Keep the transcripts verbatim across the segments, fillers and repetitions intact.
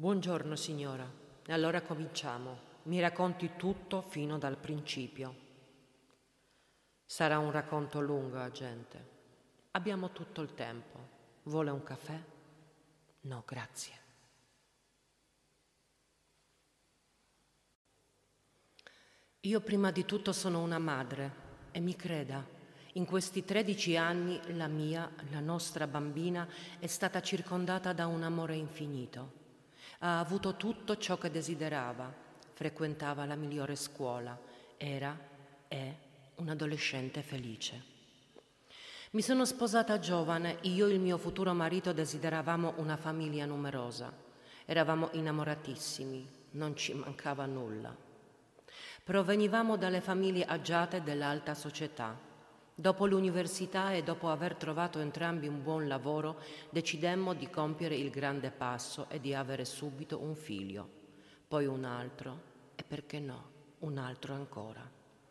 Buongiorno signora, allora cominciamo. Mi racconti tutto fino dal principio. Sarà un racconto lungo, agente. Abbiamo tutto il tempo. Vuole un caffè? No, grazie. Io prima di tutto sono una madre e mi creda, in questi tredici anni la mia, la nostra bambina è stata circondata da un amore infinito. Ha avuto tutto ciò che desiderava, frequentava la migliore scuola, era, è un adolescente felice. Mi sono sposata giovane, io e il mio futuro marito desideravamo una famiglia numerosa. Eravamo innamoratissimi, non ci mancava nulla. Provenivamo dalle famiglie agiate dell'alta società. Dopo l'università e dopo aver trovato entrambi un buon lavoro, decidemmo di compiere il grande passo e di avere subito un figlio, poi un altro e, perché no, un altro ancora.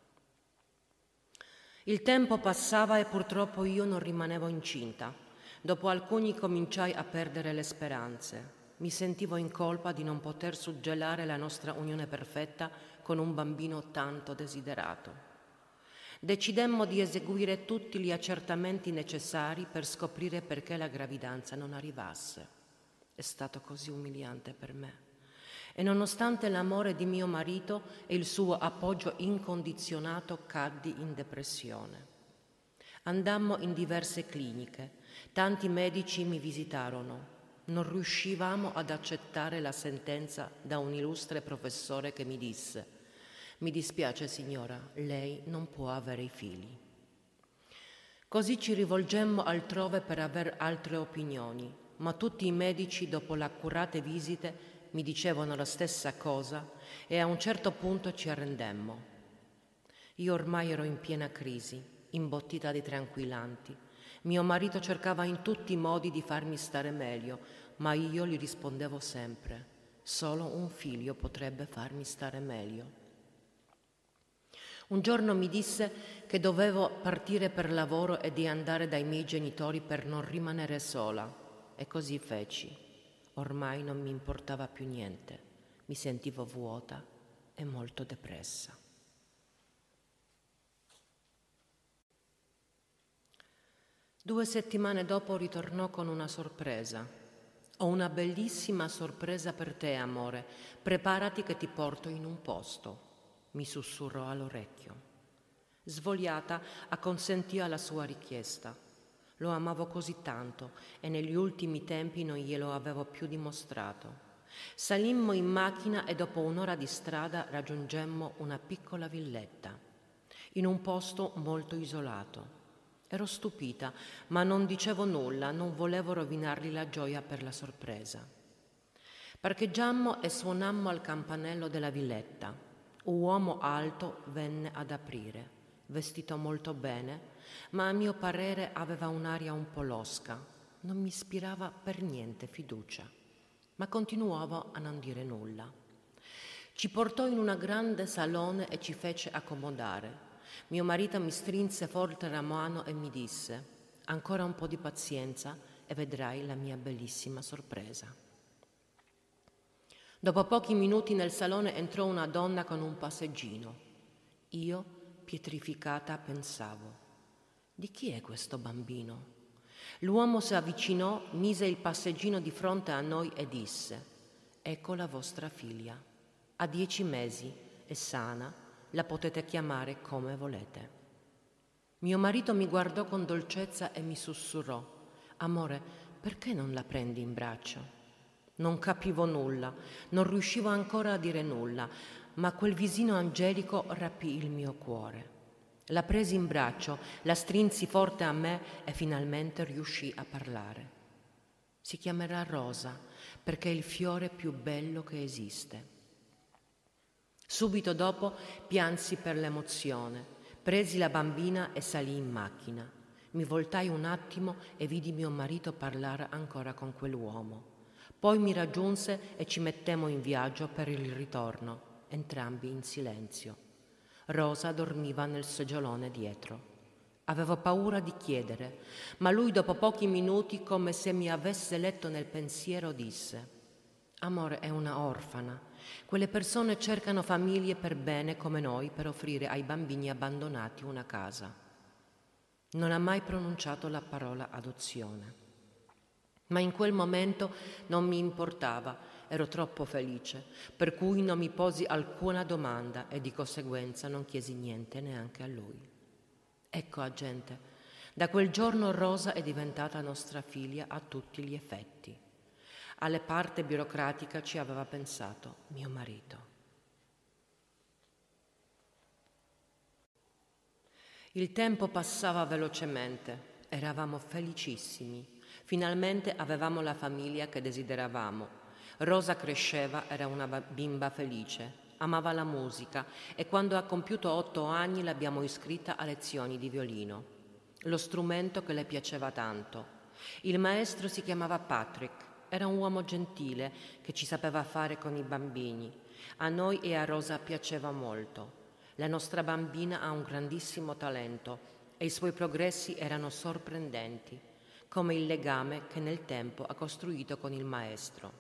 Il tempo passava e purtroppo io non rimanevo incinta. Dopo alcuni cominciai a perdere le speranze. Mi sentivo in colpa di non poter suggellare la nostra unione perfetta con un bambino tanto desiderato. Decidemmo di eseguire tutti gli accertamenti necessari per scoprire perché la gravidanza non arrivasse. È stato così umiliante per me. E nonostante l'amore di mio marito e il suo appoggio incondizionato, caddi in depressione. Andammo in diverse cliniche, tanti medici mi visitarono. Non riuscivamo ad accettare la sentenza da un illustre professore che mi disse: «Mi dispiace signora, lei non può avere i figli». Così ci rivolgemmo altrove per aver altre opinioni, ma tutti i medici dopo le accurate visite mi dicevano la stessa cosa e a un certo punto ci arrendemmo. Io ormai ero in piena crisi, imbottita di tranquillanti. Mio marito cercava in tutti i modi di farmi stare meglio, ma io gli rispondevo sempre: solo un figlio potrebbe farmi stare meglio. Un giorno mi disse che dovevo partire per lavoro e di andare dai miei genitori per non rimanere sola, e così feci. Ormai non mi importava più niente, mi sentivo vuota e molto depressa. Due settimane dopo ritornò con una sorpresa. «Ho una bellissima sorpresa per te, amore, preparati che ti porto in un posto», mi sussurrò all'orecchio. Svogliata, acconsentì alla sua richiesta. Lo amavo così tanto e negli ultimi tempi non glielo avevo più dimostrato. Salimmo in macchina e dopo un'ora di strada raggiungemmo una piccola villetta, in un posto molto isolato. Ero stupita, ma non dicevo nulla, non volevo rovinargli la gioia per la sorpresa. Parcheggiammo e suonammo al campanello della villetta. Un uomo alto venne ad aprire, vestito molto bene, ma a mio parere aveva un'aria un po' losca. Non mi ispirava per niente fiducia, ma continuavo a non dire nulla. Ci portò in un grande salone e ci fece accomodare. Mio marito mi strinse forte la mano e mi disse: «Ancora un po' di pazienza e vedrai la mia bellissima sorpresa». Dopo pochi minuti nel salone entrò una donna con un passeggino. Io, pietrificata, pensavo: «Di chi è questo bambino?» L'uomo si avvicinò, mise il passeggino di fronte a noi e disse: «Ecco la vostra figlia. Ha dieci mesi, è sana, la potete chiamare come volete». Mio marito mi guardò con dolcezza e mi sussurrò: «Amore, perché non la prendi in braccio?» Non capivo nulla, non riuscivo ancora a dire nulla, ma quel visino angelico rapì il mio cuore. La presi in braccio, la strinsi forte a me e finalmente riuscì a parlare. Si chiamerà Rosa perché è il fiore più bello che esiste. Subito dopo piansi per l'emozione, presi la bambina e salii in macchina. Mi voltai un attimo e vidi mio marito parlare ancora con quell'uomo. Poi mi raggiunse e ci mettemmo in viaggio per il ritorno, entrambi in silenzio. Rosa dormiva nel seggiolone dietro. Avevo paura di chiedere, ma lui dopo pochi minuti, come se mi avesse letto nel pensiero, disse: Amore è una orfana. Quelle persone cercano famiglie per bene come noi per offrire ai bambini abbandonati una casa. Non ha mai pronunciato la parola adozione. Ma in quel momento non mi importava, ero troppo felice, per cui non mi posi alcuna domanda e di conseguenza non chiesi niente neanche a lui. Ecco, agente, da quel giorno Rosa è diventata nostra figlia a tutti gli effetti. Alle parte burocratica ci aveva pensato mio marito. Il tempo passava velocemente, eravamo felicissimi. Finalmente avevamo la famiglia che desideravamo. Rosa cresceva, era una bimba felice, amava la musica e quando ha compiuto otto anni l'abbiamo iscritta a lezioni di violino, lo strumento che le piaceva tanto. Il maestro si chiamava Patrick. Era un uomo gentile che ci sapeva fare con i bambini. A noi e a Rosa piaceva molto. La nostra bambina ha un grandissimo talento e i suoi progressi erano sorprendenti, come il legame che nel tempo ha costruito con il maestro.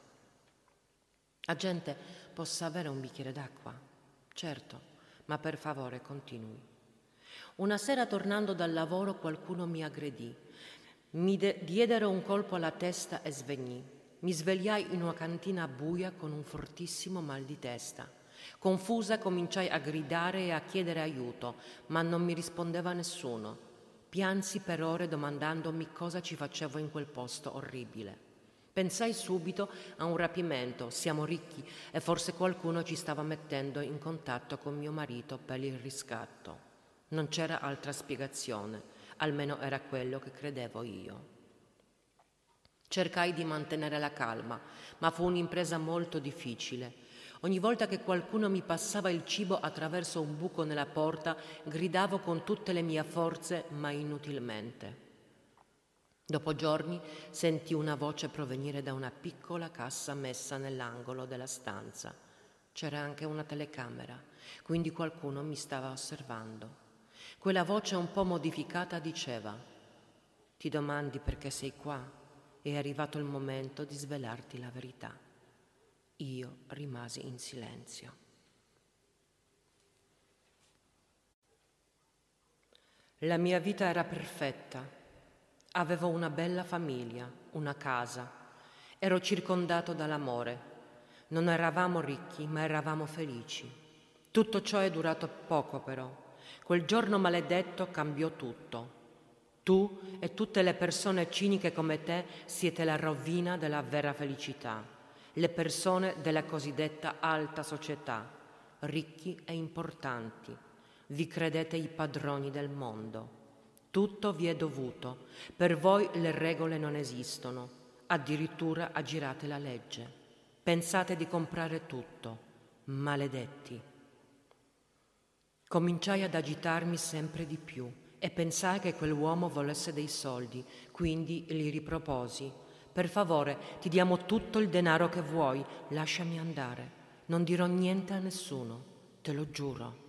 Agente, posso avere un bicchiere d'acqua? Certo, ma per favore continui. Una sera tornando dal lavoro qualcuno mi aggredì. Mi de- diedero un colpo alla testa e svenni. Mi svegliai in una cantina buia con un fortissimo mal di testa. Confusa cominciai a gridare e a chiedere aiuto, ma non mi rispondeva nessuno. Piansi per ore domandandomi cosa ci facevo in quel posto orribile. Pensai subito a un rapimento, siamo ricchi e forse qualcuno ci stava mettendo in contatto con mio marito per il riscatto. Non c'era altra spiegazione, almeno era quello che credevo io. Cercai di mantenere la calma, ma fu un'impresa molto difficile. Ogni volta che qualcuno mi passava il cibo attraverso un buco nella porta, gridavo con tutte le mie forze, ma inutilmente. Dopo giorni sentii una voce provenire da una piccola cassa messa nell'angolo della stanza. C'era anche una telecamera, quindi qualcuno mi stava osservando. Quella voce un po' modificata diceva: «Ti domandi perché sei qua? È arrivato il momento di svelarti la verità». Io rimasi in silenzio. La mia vita era perfetta. Avevo una bella famiglia, una casa. Ero circondato dall'amore. Non eravamo ricchi, ma eravamo felici. Tutto ciò è durato poco, però. Quel giorno maledetto cambiò tutto. Tu e tutte le persone ciniche come te siete la rovina della vera felicità, le persone della cosiddetta alta società, ricchi e importanti. Vi credete i padroni del mondo. Tutto vi è dovuto. Per voi le regole non esistono. Addirittura aggirate la legge. Pensate di comprare tutto. Maledetti. Cominciai ad agitarmi sempre di più e pensai che quell'uomo volesse dei soldi, quindi gli riproposi: «Per favore, ti diamo tutto il denaro che vuoi, lasciami andare. Non dirò niente a nessuno, te lo giuro».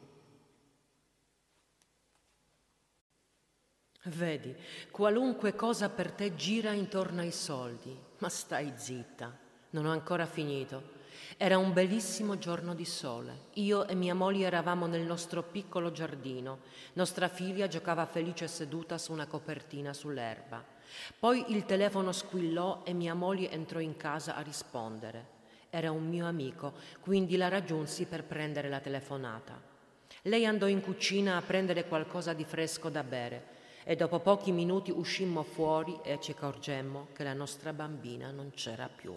Vedi, qualunque cosa per te gira intorno ai soldi, ma stai zitta, non ho ancora finito. Era un bellissimo giorno di sole. Io e mia moglie eravamo nel nostro piccolo giardino. Nostra figlia giocava felice seduta su una copertina sull'erba. Poi il telefono squillò e mia moglie entrò in casa a rispondere. Era un mio amico, quindi la raggiunsi per prendere la telefonata. Lei andò in cucina a prendere qualcosa di fresco da bere e dopo pochi minuti uscimmo fuori e ci accorgemmo che la nostra bambina non c'era più.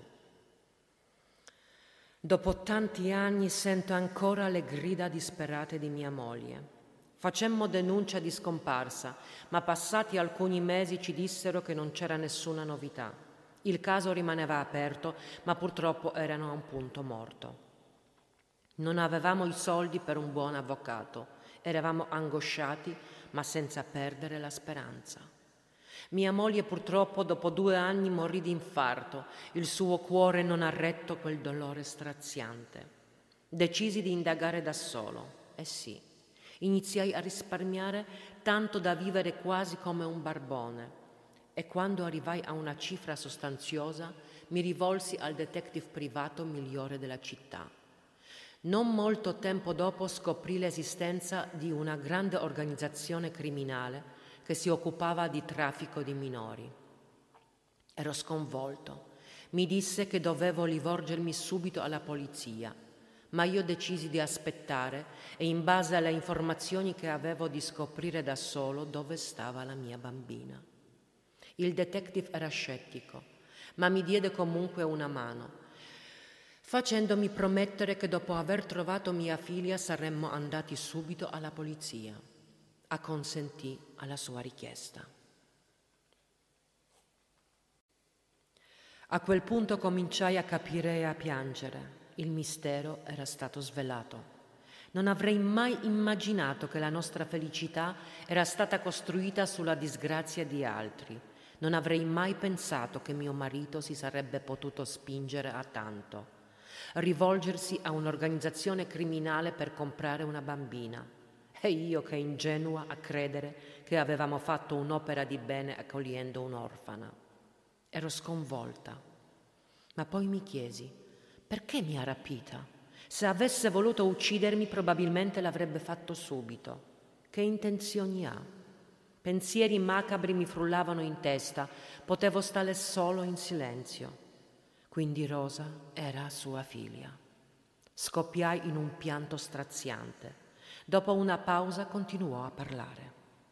Dopo tanti anni sento ancora le grida disperate di mia moglie. Facemmo denuncia di scomparsa, ma passati alcuni mesi ci dissero che non c'era nessuna novità. Il caso rimaneva aperto, ma purtroppo erano a un punto morto. Non avevamo i soldi per un buon avvocato, eravamo angosciati, ma senza perdere la speranza. Mia moglie purtroppo dopo due anni morì di infarto, il suo cuore non ha retto quel dolore straziante. Decisi di indagare da solo, e sì, iniziai a risparmiare tanto da vivere quasi come un barbone, e quando arrivai a una cifra sostanziosa mi rivolsi al detective privato migliore della città. Non molto tempo dopo scoprì l'esistenza di una grande organizzazione criminale che si occupava di traffico di minori. Ero sconvolto. Mi disse che dovevo rivolgermi subito alla polizia, ma io decisi di aspettare e in base alle informazioni che avevo di scoprire da solo dove stava la mia bambina. Il detective era scettico, ma mi diede comunque una mano, facendomi promettere che dopo aver trovato mia figlia saremmo andati subito alla polizia. Acconsentì alla sua richiesta. A quel punto cominciai a capire e a piangere. Il mistero era stato svelato. Non avrei mai immaginato che la nostra felicità era stata costruita sulla disgrazia di altri. Non avrei mai pensato che mio marito si sarebbe potuto spingere a tanto. Rivolgersi a un'organizzazione criminale per comprare una bambina. E io che ingenua a credere che avevamo fatto un'opera di bene accogliendo un'orfana. Ero sconvolta, ma poi mi chiesi, perché mi ha rapita? Se avesse voluto uccidermi probabilmente l'avrebbe fatto subito. Che intenzioni ha? Pensieri macabri mi frullavano in testa, potevo stare solo in silenzio. Quindi Rosa era sua figlia. Scoppiai in un pianto straziante. Dopo una pausa continuò a parlare.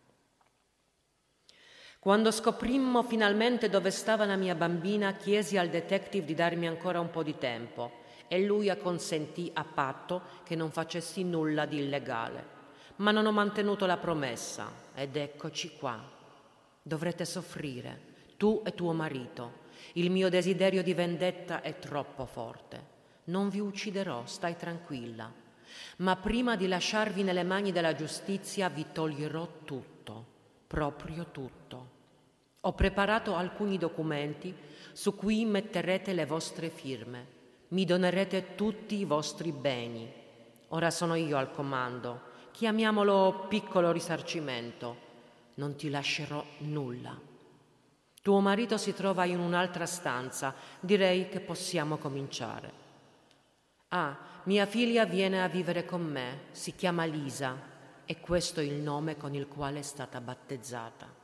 Quando scoprimmo finalmente dove stava la mia bambina, chiesi al detective di darmi ancora un po' di tempo e lui acconsentì a patto che non facessi nulla di illegale. Ma non ho mantenuto la promessa ed eccoci qua. Dovrete soffrire, tu e tuo marito. Il mio desiderio di vendetta è troppo forte. Non vi ucciderò, stai tranquilla. Ma prima di lasciarvi nelle mani della giustizia vi toglierò tutto, proprio tutto. Ho preparato alcuni documenti su cui metterete le vostre firme. Mi donerete tutti i vostri beni. Ora sono io al comando. Chiamiamolo piccolo risarcimento. Non ti lascerò nulla. Tuo marito si trova in un'altra stanza. Direi che possiamo cominciare. Ah, mia figlia viene a vivere con me. Si chiama Lisa e questo è il nome con il quale è stata battezzata.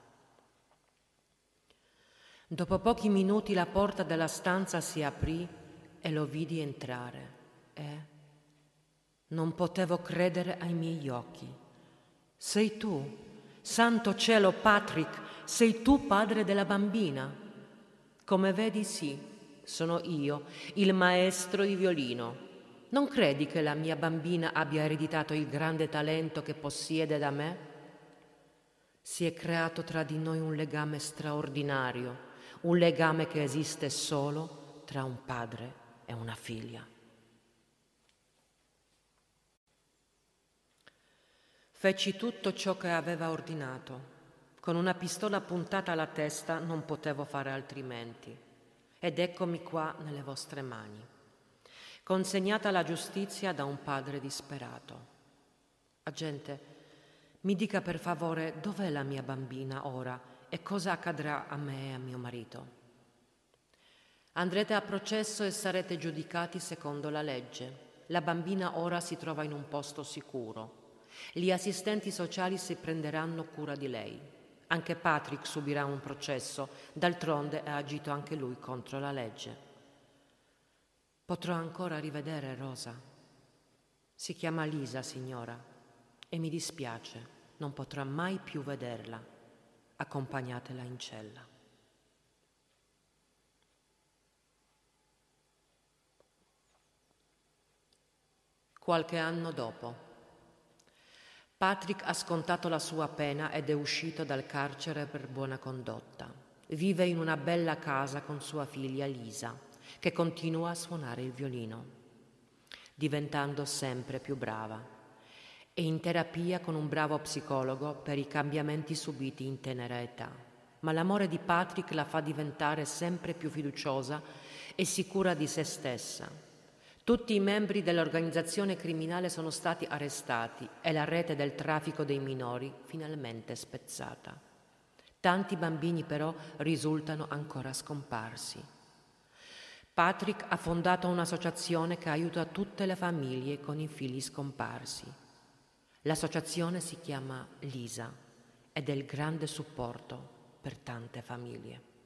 Dopo pochi minuti la porta della stanza si aprì e lo vidi entrare e non potevo credere ai miei occhi. Sei tu, santo cielo Patrick, sei tu padre della bambina? Come vedi sì, sono io, il maestro di violino. Non credi che la mia bambina abbia ereditato il grande talento che possiede da me? Si è creato tra di noi un legame straordinario, un legame che esiste solo tra un padre e una figlia. Feci tutto ciò che aveva ordinato. Con una pistola puntata alla testa non potevo fare altrimenti. Ed eccomi qua nelle vostre mani, consegnata alla giustizia da un padre disperato. Agente, mi dica per favore dov'è la mia bambina ora e cosa accadrà a me e a mio marito. Andrete a processo e sarete giudicati secondo la legge. La bambina ora si trova in un posto sicuro. Gli assistenti sociali si prenderanno cura di lei. Anche Patrick subirà un processo, d'altronde ha agito anche lui contro la legge. Potrò ancora rivedere Rosa? Si chiama Lisa, signora, e mi dispiace, non potrà mai più vederla. Accompagnatela in cella. Qualche anno dopo, Patrick ha scontato la sua pena ed è uscito dal carcere per buona condotta. Vive in una bella casa con sua figlia Lisa, che continua a suonare il violino, diventando sempre più brava. È in terapia con un bravo psicologo per i cambiamenti subiti in tenera età. Ma l'amore di Patrick la fa diventare sempre più fiduciosa e sicura di se stessa. Tutti i membri dell'organizzazione criminale sono stati arrestati e la rete del traffico dei minori finalmente spezzata. Tanti bambini però risultano ancora scomparsi. Patrick ha fondato un'associazione che aiuta tutte le famiglie con i figli scomparsi. L'associazione si chiama Lisa ed è il grande supporto per tante famiglie.